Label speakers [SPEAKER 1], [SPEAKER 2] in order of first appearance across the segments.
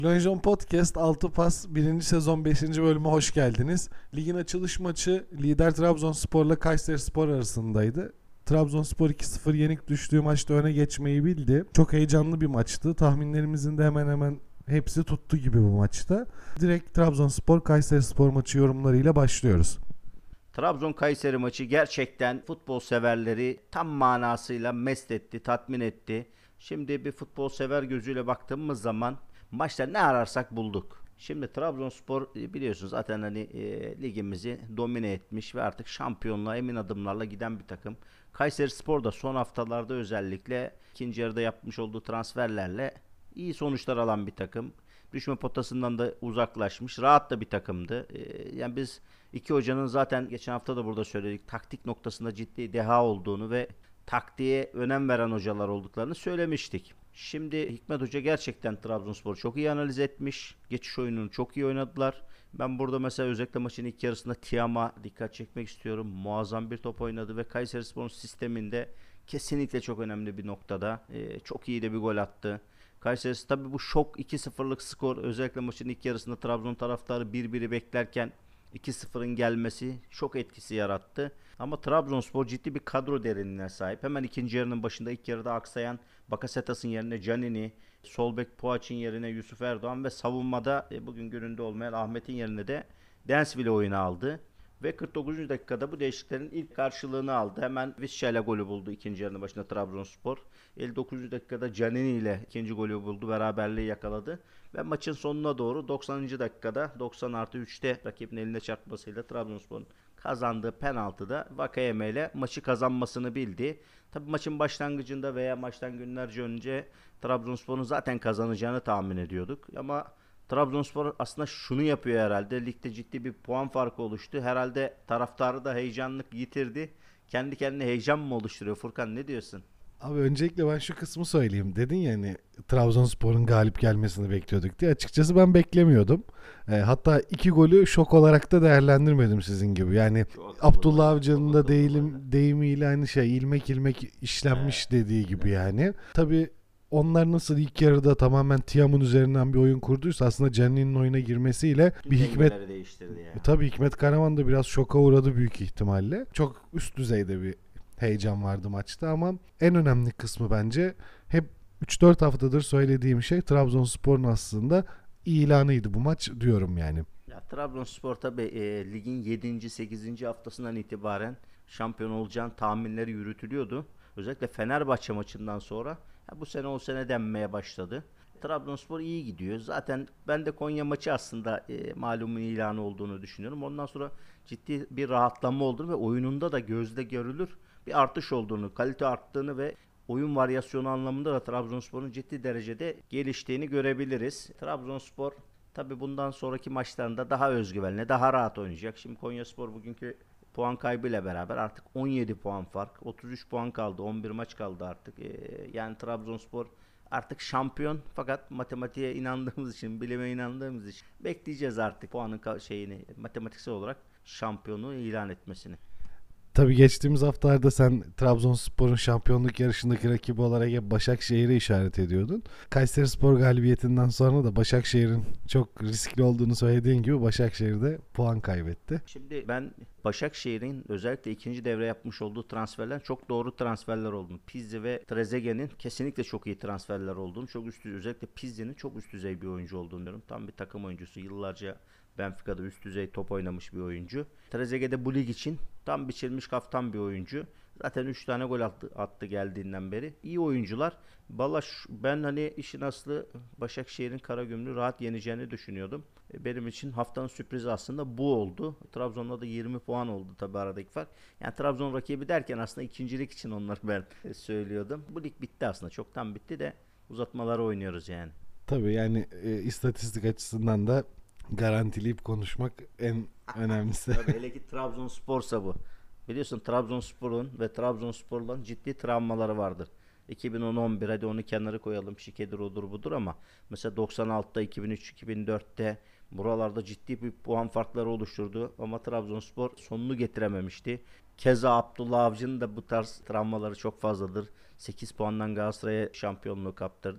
[SPEAKER 1] Lonjon Podcast 6 Pas 1. sezon 5. bölüme hoş geldiniz. Ligin açılış maçı lider Trabzonspor'la Kayserispor arasındaydı. Trabzonspor 2-0 yenik düştüğü maçta öne geçmeyi bildi. Çok heyecanlı bir maçtı. Tahminlerimizin de hemen hemen hepsi tuttu gibi bu maçta. Direkt Trabzonspor Kayserispor maçı yorumlarıyla başlıyoruz.
[SPEAKER 2] Trabzon-Kayseri maçı gerçekten futbol severleri tam manasıyla mest etti, tatmin etti. Şimdi bir futbol sever gözüyle baktığımız zaman maçta ne ararsak bulduk. Şimdi Trabzonspor biliyorsunuz zaten ligimizi domine etmiş ve artık şampiyonluğa emin adımlarla giden bir takım. Kayserispor da son haftalarda özellikle ikinci yarıda yapmış olduğu transferlerle iyi sonuçlar alan bir takım. Düşme potasından da uzaklaşmış. Rahat da bir takımdı. Yani biz iki hocanın zaten geçen hafta da burada söyledik. Taktik noktasında ciddi deha olduğunu ve taktiğe önem veren hocalar olduklarını söylemiştik. Şimdi Hikmet Hoca gerçekten Trabzonspor'u çok iyi analiz etmiş. Geçiş oyununu çok iyi oynadılar. Ben burada mesela özellikle maçın ilk yarısında Tiam'a dikkat çekmek istiyorum. Muazzam bir top oynadı ve Kayserispor'un sisteminde kesinlikle çok önemli bir noktada. Çok iyi de bir gol attı. Kayseri tabi bu şok 2-0'lık skor özellikle maçın ilk yarısında Trabzon taraftarı 1-1'i beklerken 2-0'ın gelmesi şok etkisi yarattı. Ama Trabzonspor ciddi bir kadro derinliğine sahip. Hemen ikinci yarının başında ilk yarıda aksayan Bakasetas'ın yerine Canini, sol bek Poğaç'ın yerine Yusuf Erdoğan ve savunmada bugün gününde olmayan Ahmet'in yerine de Densville oyunu aldı. Ve 49. dakikada bu değişikliklerin ilk karşılığını aldı. Hemen Visca ile golü buldu ikinci yarının başında Trabzonspor. 59. dakikada Canini ile ikinci golü buldu. Beraberliği yakaladı. Ve maçın sonuna doğru 90. dakikada 90+3'te rakibin eline çarpmasıyla Trabzonspor'un kazandığı penaltıda Vakayeme ile maçı kazanmasını bildi. Tabi maçın başlangıcında veya maçtan günlerce önce Trabzonspor'un zaten kazanacağını tahmin ediyorduk. Ama Trabzonspor aslında şunu yapıyor herhalde. Ligde ciddi bir puan farkı oluştu. Herhalde taraftarı da heyecanlık yitirdi. Kendi kendine heyecan mı oluşturuyor? Furkan ne diyorsun?
[SPEAKER 1] Abi öncelikle ben şu kısmı söyleyeyim. Dedin ya hani Trabzonspor'un galip gelmesini bekliyorduk diye. Açıkçası ben beklemiyordum. Hatta iki golü şok olarak da değerlendirmedim sizin gibi. Yani
[SPEAKER 2] Çok akıllı
[SPEAKER 1] Abdullah
[SPEAKER 2] goller, çok
[SPEAKER 1] Avcı'nın da
[SPEAKER 2] akıllı goller.
[SPEAKER 1] deyimiyle hani ilmek ilmek
[SPEAKER 2] He,
[SPEAKER 1] işlenmiş dediği gibi yani. Tabii onlar nasıl ilk yarıda tamamen Tiam'ın üzerinden bir oyun kurduysa aslında Canini'nin oyuna girmesiyle
[SPEAKER 2] tüm
[SPEAKER 1] bir Hikmet
[SPEAKER 2] dengeleri değiştirdi ya.
[SPEAKER 1] tabii Hikmet Karaman da biraz şoka uğradı büyük ihtimalle. Çok üst düzeyde bir heyecan vardı maçta ama en önemli kısmı bence hep 3-4 haftadır söylediğim şey Trabzonspor'un aslında ilanıydı bu maç diyorum yani.
[SPEAKER 2] Ya Trabzonspor tabi ligin 7. 8. haftasından itibaren şampiyon olacağın tahminleri yürütülüyordu. Özellikle Fenerbahçe maçından sonra bu sene o sene denmeye başladı. Trabzonspor iyi gidiyor. Zaten ben de Konya maçı aslında malumun ilanı olduğunu düşünüyorum. Ondan sonra ciddi bir rahatlama olduğunu ve oyununda da gözle görülür bir artış olduğunu, kalite arttığını ve oyun varyasyonu anlamında da Trabzonspor'un ciddi derecede geliştiğini görebiliriz. Trabzonspor tabi bundan sonraki maçlarında daha özgüvenli, daha rahat oynayacak. Şimdi Konyaspor bugünkü puan kaybıyla beraber artık 17 puan fark, 33 puan kaldı, 11 maç kaldı artık. Yani Trabzonspor artık şampiyon fakat matematiğe inandığımız için, bilime inandığımız için bekleyeceğiz artık puanın şeyini matematiksel olarak şampiyonu ilan etmesini.
[SPEAKER 1] Tabii geçtiğimiz haftalarda sen Trabzonspor'un şampiyonluk yarışındaki rakibi olarak hep Başakşehir'i işaret ediyordun. Kayserispor galibiyetinden sonra da Başakşehir'in çok riskli olduğunu söylediğin gibi Başakşehir de puan kaybetti.
[SPEAKER 2] Şimdi ben Başakşehir'in özellikle ikinci devre yapmış olduğu transferler çok doğru transferler olduğunu, Pizzi ve Trezeguet'in kesinlikle çok iyi transferler olduğunu, çok üst düzey, özellikle Pizzi'nin çok üst düzey bir oyuncu olduğunu diyorum. Tam bir takım oyuncusu. Yıllarca Benfica'da üst düzey top oynamış bir oyuncu. Trezeguet de bu lig için tam biçilmiş kaftan bir oyuncu. Zaten 3 tane gol attı geldiğinden beri. İyi oyuncular. Valla ben işin aslı Başakşehir'in Karagümrük'ü rahat yeneceğini düşünüyordum. Benim için haftanın sürprizi aslında bu oldu. Trabzon'da da 20 puan oldu tabi aradaki fark. Yani Trabzon rakibi derken aslında ikincilik için onları ben söylüyordum. Bu lig bitti aslında. Çoktan bitti de uzatmaları oynuyoruz yani.
[SPEAKER 1] Tabii yani istatistik açısından da garantileyip konuşmak en önemlisi.
[SPEAKER 2] Tabii hele ki Trabzonspor'sa bu. Biliyorsun Trabzonspor'un ve Trabzonspor'un ciddi travmaları vardır. 2010-11 hadi onu kenara koyalım. Şikedir odur budur ama mesela 96'da 2003-2004'te buralarda ciddi bir puan farkları oluşturdu ama Trabzonspor sonunu getirememişti. Keza Abdullah Avcı'nın da bu tarz travmaları çok fazladır. 8 puandan Galatasaray'a şampiyonluğu kaptırdı.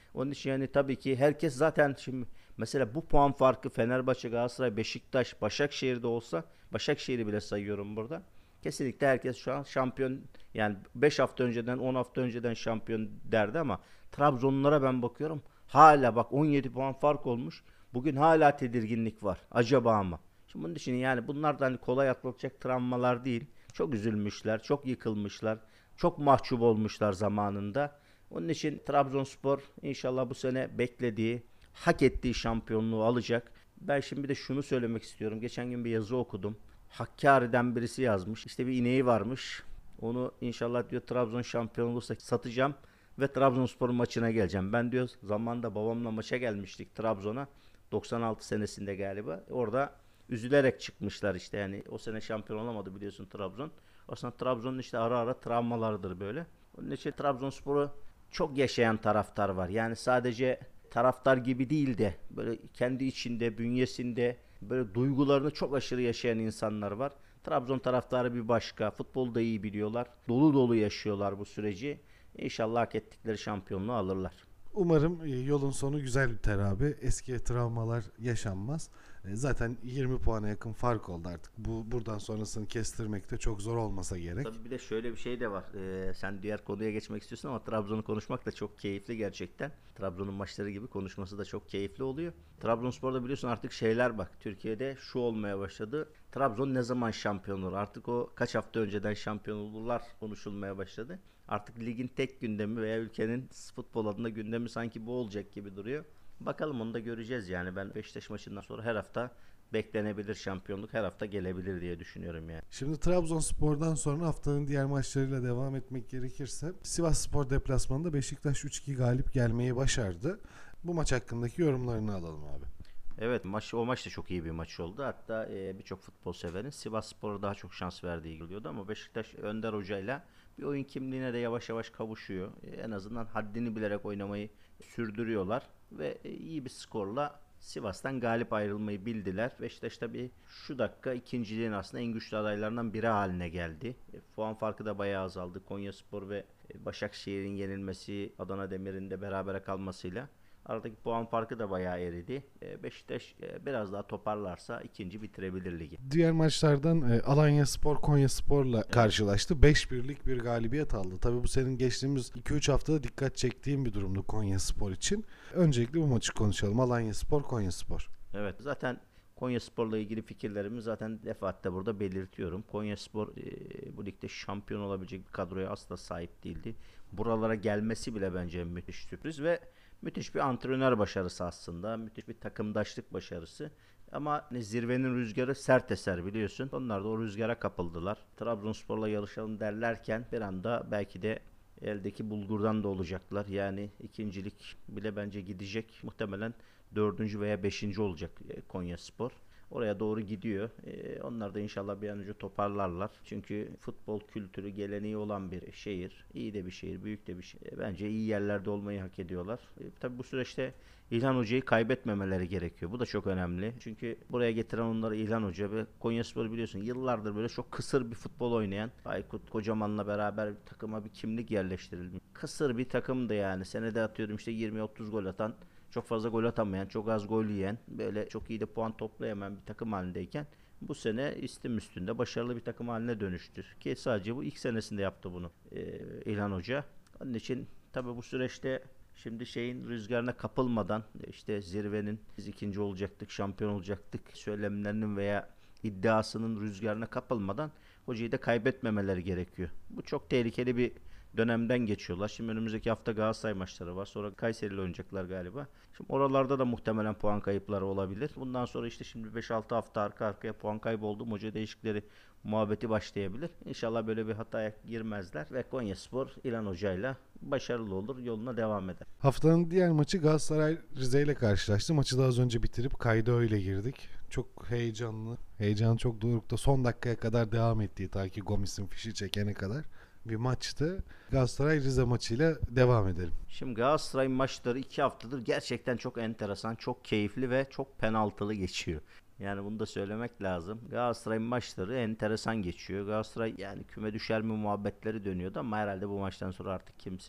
[SPEAKER 2] Onun için yani tabii ki herkes zaten şimdi mesela bu puan farkı Fenerbahçe, Galatasaray, Beşiktaş, Başakşehir'de olsa, Başakşehir'i bile sayıyorum burada. Kesinlikle herkes şu an şampiyon, yani 5 hafta önceden 10 hafta önceden şampiyon derdi ama Trabzonlulara ben bakıyorum. Hala bak 17 puan fark olmuş. Bugün hala tedirginlik var. Acaba ama. Şimdi bunun için yani bunlar da hani kolay atlatacak travmalar değil. Çok üzülmüşler, çok yıkılmışlar, çok mahcup olmuşlar zamanında. Onun için Trabzonspor inşallah bu sene beklediği, hak ettiği şampiyonluğu alacak. Ben şimdi bir de şunu söylemek istiyorum. Geçen gün bir yazı okudum. Hakkari'den birisi yazmış. İşte bir ineği varmış. Onu inşallah diyor Trabzon şampiyon olursa satacağım ve Trabzonspor maçına geleceğim. Ben diyor zamanında babamla maça gelmiştik Trabzon'a. 96 senesinde galiba. Orada üzülerek çıkmışlar işte, yani o sene şampiyon olamadı biliyorsun Trabzon. Aslında Trabzon'un işte ara ara travmalarıdır böyle. Onun için Trabzonspor'u çok yaşayan taraftar var. Yani sadece taraftar gibi değil de böyle kendi içinde, bünyesinde böyle duygularını çok aşırı yaşayan insanlar var. Trabzon taraftarı bir başka. Futbolu da iyi biliyorlar. Dolu dolu yaşıyorlar bu süreci. İnşallah hak ettikleri şampiyonluğu alırlar.
[SPEAKER 1] Umarım yolun sonu güzel biter abi. Eski travmalar yaşanmaz. Zaten 20 puana yakın fark oldu artık. Buradan sonrasını kestirmek de çok zor olmasa gerek.
[SPEAKER 2] Tabii bir de şöyle bir şey de var. Sen diğer konuya geçmek istiyorsun ama Trabzon'u konuşmak da çok keyifli gerçekten. Trabzon'un maçları gibi konuşması da çok keyifli oluyor. Trabzonspor'da biliyorsun artık şeyler bak. Türkiye'de şu olmaya başladı. Trabzon ne zaman şampiyon olur? Artık o kaç hafta önceden şampiyon olurlar konuşulmaya başladı. Artık ligin tek gündemi veya ülkenin futbol adına gündemi sanki bu olacak gibi duruyor. Bakalım, onu da göreceğiz yani. Ben Beşiktaş maçından sonra her hafta beklenebilir şampiyonluk, her hafta gelebilir diye düşünüyorum yani.
[SPEAKER 1] Şimdi Trabzonspor'dan sonra haftanın diğer maçlarıyla devam etmek gerekirse Sivasspor deplasmanında Beşiktaş 3-2 galip gelmeyi başardı. Bu maç hakkındaki yorumlarını alalım abi.
[SPEAKER 2] Evet, o maç da çok iyi bir maç oldu. Hatta birçok futbol severin Sivasspor'a daha çok şans verdiği geliyordu ama Beşiktaş Önder Hoca'yla bir oyun kimliğine de yavaş yavaş kavuşuyor. En azından haddini bilerek oynamayı sürdürüyorlar ve iyi bir skorla Sivas'tan galip ayrılmayı bildiler. Beşiktaş tabii şu dakika ikinciliğin aslında en güçlü adaylarından biri haline geldi. Puan farkı da bayağı azaldı. Konyaspor ve Başakşehir'in yenilmesi, Adana Demir'in de berabere kalmasıyla aradaki puan farkı da bayağı eridi. Beşiktaş biraz daha toparlarsa ikinci bitirebilir ligi.
[SPEAKER 1] Diğer maçlardan Alanyaspor Konyaspor'la
[SPEAKER 2] Evet.
[SPEAKER 1] karşılaştı. 5-1'lik bir galibiyet aldı. Tabii bu senin geçtiğimiz 2-3 haftada dikkat çektiğim bir durumdu Konyaspor için. Öncelikle bu maçı konuşalım. Alanyaspor Konyaspor.
[SPEAKER 2] Evet, zaten Konyaspor'la ilgili fikirlerimi zaten defaatle burada belirtiyorum. Konyaspor bu ligde şampiyon olabilecek bir kadroya asla sahip değildi. Buralara gelmesi bile bence müthiş sürpriz ve müthiş bir antrenör başarısı aslında. Müthiş bir takımdaşlık başarısı. Ama zirvenin rüzgarı sert eser biliyorsun. Onlar da o rüzgara kapıldılar. Trabzonspor'la yarışalım derlerken bir anda belki de eldeki bulgurdan da olacaklar. Yani ikincilik bile bence gidecek. Muhtemelen dördüncü veya beşinci olacak Konyaspor. Oraya doğru gidiyor. Onlar da inşallah bir an önce toparlarlar. Çünkü futbol kültürü, geleneği olan bir şehir. İyi de bir şehir, büyük de bir şehir. Bence iyi yerlerde olmayı hak ediyorlar. Tabii bu süreçte İlhan Hoca'yı kaybetmemeleri gerekiyor. Bu da çok önemli. Çünkü buraya getiren onları İlhan Hoca ve Konyaspor biliyorsun yıllardır böyle çok kısır bir futbol oynayan, Aykut Kocaman'la beraber takıma bir kimlik yerleştirilmiş. Kısır bir takımdı yani. Senede atıyorum işte 20-30 gol atan, çok fazla gol atamayan, çok az gol yiyen, böyle çok iyi de puan toplayamayan bir takım halindeyken bu sene istim üstünde başarılı bir takım haline dönüştü. Ki sadece bu ilk senesinde yaptı bunu İlhan Hoca. Onun için tabii bu süreçte şimdi şeyin rüzgarına kapılmadan işte zirvenin biz ikinci olacaktık, şampiyon olacaktık söylemlerinin veya iddiasının rüzgarına kapılmadan hocayı da kaybetmemeleri gerekiyor. Bu çok tehlikeli bir dönemden geçiyorlar. Şimdi önümüzdeki hafta Galatasaray maçları var. Sonra Kayseri ile oynayacaklar galiba. Şimdi oralarda da muhtemelen puan kayıpları olabilir. Bundan sonra işte şimdi 5-6 hafta arka arkaya puan kaybı oldu. Hoca değişikleri muhabbeti başlayabilir. İnşallah böyle bir hataya girmezler ve Konyaspor İlhan Hoca'yla başarılı olur. Yoluna devam eder.
[SPEAKER 1] Haftanın diğer maçı Galatasaray Rize ile karşılaştı. Maçı da az önce bitirip kayda öyle girdik. Çok heyecanlı. Heyecan çok dorukta. Son dakikaya kadar devam ettiği ta ki Gomis'in fişi çekene kadar bir maçtı. Galatasaray Rize maçıyla devam edelim.
[SPEAKER 2] Şimdi Galatasaray maçları 2 haftadır gerçekten çok enteresan, çok keyifli ve çok penaltılı geçiyor. Yani bunu da söylemek lazım. Galatasaray maçları enteresan geçiyor. Galatasaray yani küme düşer mi muhabbetleri dönüyordu ama herhalde bu maçtan sonra artık kimse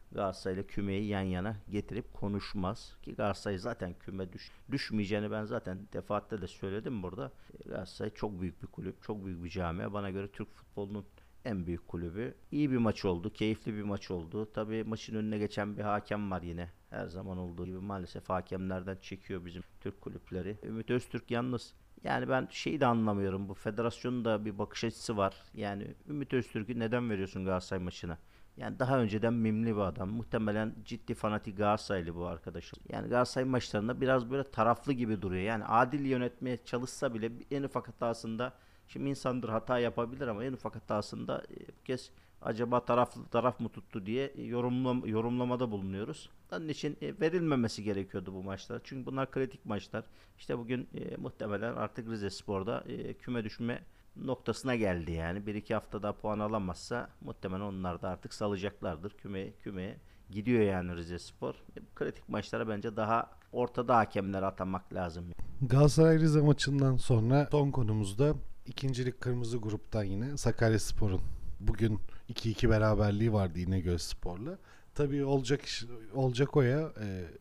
[SPEAKER 2] Galatasaray ile kümeyi yan yana getirip konuşmaz. Ki Galatasaray zaten düşmeyeceğini ben zaten defaatle de söyledim burada. Galatasaray çok büyük bir kulüp, çok büyük bir camia. Bana göre Türk futbolunun en büyük kulübü. İyi bir maç oldu, keyifli bir maç oldu. Tabii maçın önüne geçen bir hakem var yine. Her zaman olduğu gibi maalesef hakemlerden çekiyor bizim Türk kulüpleri. Ümit Öztürk yalnız. Yani ben şeyi de anlamıyorum. Bu federasyonun da bir bakış açısı var. Yani Ümit Öztürk'ü neden veriyorsun Galatasaray maçına? Yani daha önceden mimli bir adam. Muhtemelen ciddi fanatik Galatasaraylı bu arkadaşım. Yani Galatasaray maçlarında biraz böyle taraflı gibi duruyor. Yani adil yönetmeye çalışsa bile en ufak hatasında, şimdi insandır hata yapabilir ama en ufak hatasında bu kez acaba taraf mı tuttu diye yorumlamada bulunuyoruz. Onun için verilmemesi gerekiyordu bu maçlar. Çünkü bunlar kritik maçlar. İşte bugün muhtemelen artık Rizespor'da küme düşme noktasına geldi yani. Bir iki hafta daha puan alamazsa muhtemelen onlar da artık salacaklardır. Kümeye gidiyor yani Rizespor. Kritik maçlara bence daha ortada hakemler atamak lazım.
[SPEAKER 1] Galatasaray Rize maçından sonra son konumuzda ikincilik kırmızı gruptan yine Sakaryaspor'un bugün 2-2 beraberliği vardı İnegölspor'la. Tabii olacak o ya.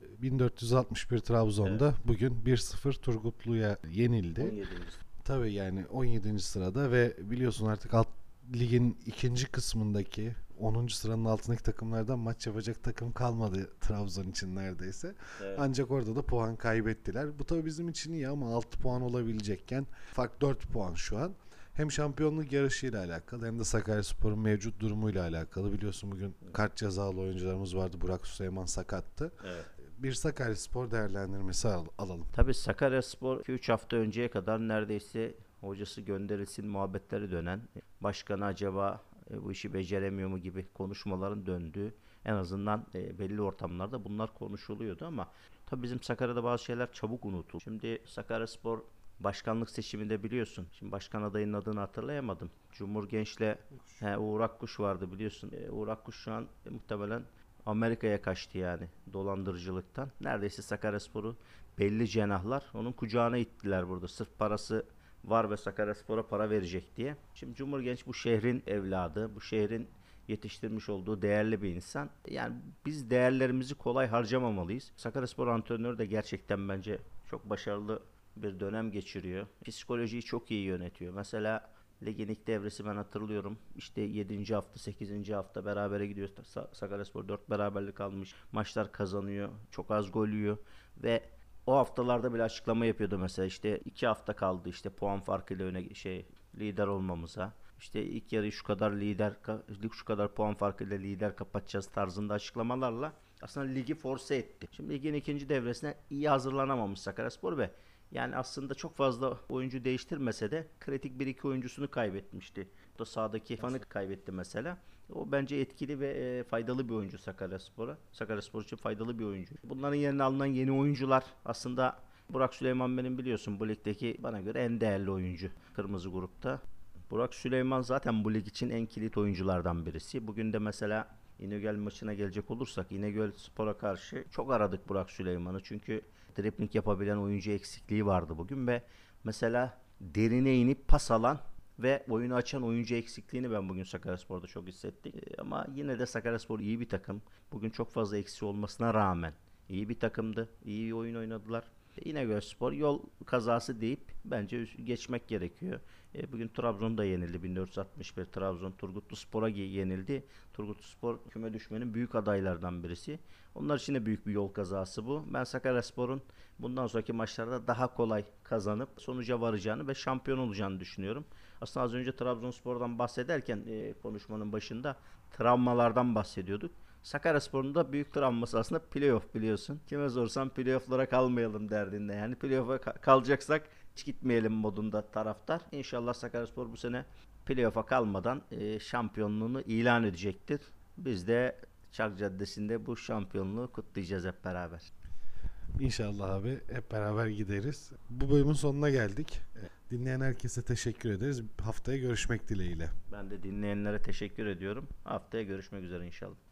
[SPEAKER 1] 1461 Trabzon'da
[SPEAKER 2] Evet.
[SPEAKER 1] bugün 1-0 Turgutlu'ya yenildi.
[SPEAKER 2] 17.
[SPEAKER 1] Tabii yani 17. sırada ve biliyorsun artık ligin ikinci kısmındaki 10. sıranın altındaki takımlardan maç yapacak takım kalmadı Trabzon için neredeyse.
[SPEAKER 2] Evet.
[SPEAKER 1] Ancak orada da puan kaybettiler. Bu tabii bizim için iyi ama 6 puan olabilecekken fark 4 puan şu an. Hem şampiyonluk yarışıyla alakalı hem de Sakaryaspor'un mevcut durumuyla alakalı. Biliyorsun bugün kart cezalı oyuncularımız vardı. Burak Süleyman sakattı.
[SPEAKER 2] Evet.
[SPEAKER 1] Bir Sakaryaspor değerlendirmesi alalım.
[SPEAKER 2] Tabii Sakaryaspor 2-3 hafta önceye kadar neredeyse hocası gönderilsin muhabbetleri dönen, başkanı acaba bu işi beceremiyor mu gibi konuşmaların döndüğü, en azından belli ortamlarda bunlar konuşuluyordu ama tabii bizim Sakarya'da bazı şeyler çabuk unutuldu. Şimdi Sakaryaspor başkanlık seçiminde biliyorsun. Şimdi başkan adayının adını hatırlayamadım. Cumhur Genç'le Uğur Akkuş vardı biliyorsun. Uğur Akkuş şu an muhtemelen Amerika'ya kaçtı yani dolandırıcılıktan. Neredeyse Sakaryaspor'u belli cenahlar onun kucağına ittiler burada. Sırf parası var ve Sakaryaspor'a para verecek diye. Şimdi Cumhur Genç bu şehrin evladı, bu şehrin yetiştirmiş olduğu değerli bir insan. Yani biz değerlerimizi kolay harcamamalıyız. Sakaryaspor antrenörü de gerçekten bence çok başarılı bir dönem geçiriyor. Psikolojiyi çok iyi yönetiyor. Mesela ligin ilk devresi ben hatırlıyorum. İşte 7. hafta, 8. hafta berabere gidiyor. Sakaryaspor 4 beraberlik almış. Maçlar kazanıyor. Çok az gol yiyor ve o haftalarda bile açıklama yapıyordu mesela işte 2 hafta kaldı işte puan farkıyla lider olmamıza. İşte ilk yarıyı şu kadar puan farkıyla lider kapatacağız tarzında açıklamalarla aslında ligi force etti. Şimdi ligin ikinci devresine iyi hazırlanamamış Sakaryaspor ve yani aslında çok fazla oyuncu değiştirmese de kritik bir iki oyuncusunu kaybetmişti. O da sahadaki fanı kaybetti mesela. O bence etkili ve faydalı bir oyuncu Sakaryaspor'a. Sakaryaspor için faydalı bir oyuncu. Bunların yerine alınan yeni oyuncular aslında Burak Süleyman benim biliyorsun bu ligdeki bana göre en değerli oyuncu kırmızı grupta. Burak Süleyman zaten bu lig için en kilit oyunculardan birisi. Bugün de mesela İnegöl maçına gelecek olursak İnegöl Spor'a karşı çok aradık Burak Süleyman'ı. Çünkü dribling yapabilen oyuncu eksikliği vardı bugün ve mesela derine inip pas alan ve oyunu açan oyuncu eksikliğini ben bugün Sakaryaspor'da çok hissettim. Ama yine de Sakaryaspor iyi bir takım. Bugün çok fazla eksiği olmasına rağmen iyi bir takımdı. İyi bir oyun oynadılar. İnegölspor yol kazası deyip bence geçmek gerekiyor. Bugün Trabzon da yenildi. 1461 Trabzon Turgutluspor'a yenildi. Turgutluspor küme düşmenin büyük adaylardan birisi. Onlar için de büyük bir yol kazası bu. Ben Sakaryaspor'un bundan sonraki maçlarda daha kolay kazanıp sonuca varacağını ve şampiyon olacağını düşünüyorum. Aslında az önce Trabzonspor'dan bahsederken konuşmanın başında travmalardan bahsediyorduk. Sakaryaspor'un da büyük travması aslında playoff biliyorsun. Kime sorsam playoff'lara kalmayalım derdinde. Yani playoff'a kalacaksak hiç gitmeyelim modunda taraftar. İnşallah Sakaryaspor bu sene playoff'a kalmadan şampiyonluğunu ilan edecektir. Biz de Çark Caddesi'nde bu şampiyonluğu kutlayacağız hep beraber.
[SPEAKER 1] İnşallah abi hep beraber gideriz. Bu bölümün sonuna geldik. Dinleyen herkese teşekkür ederiz. Haftaya görüşmek dileğiyle.
[SPEAKER 2] Ben de dinleyenlere teşekkür ediyorum. Haftaya görüşmek üzere inşallah.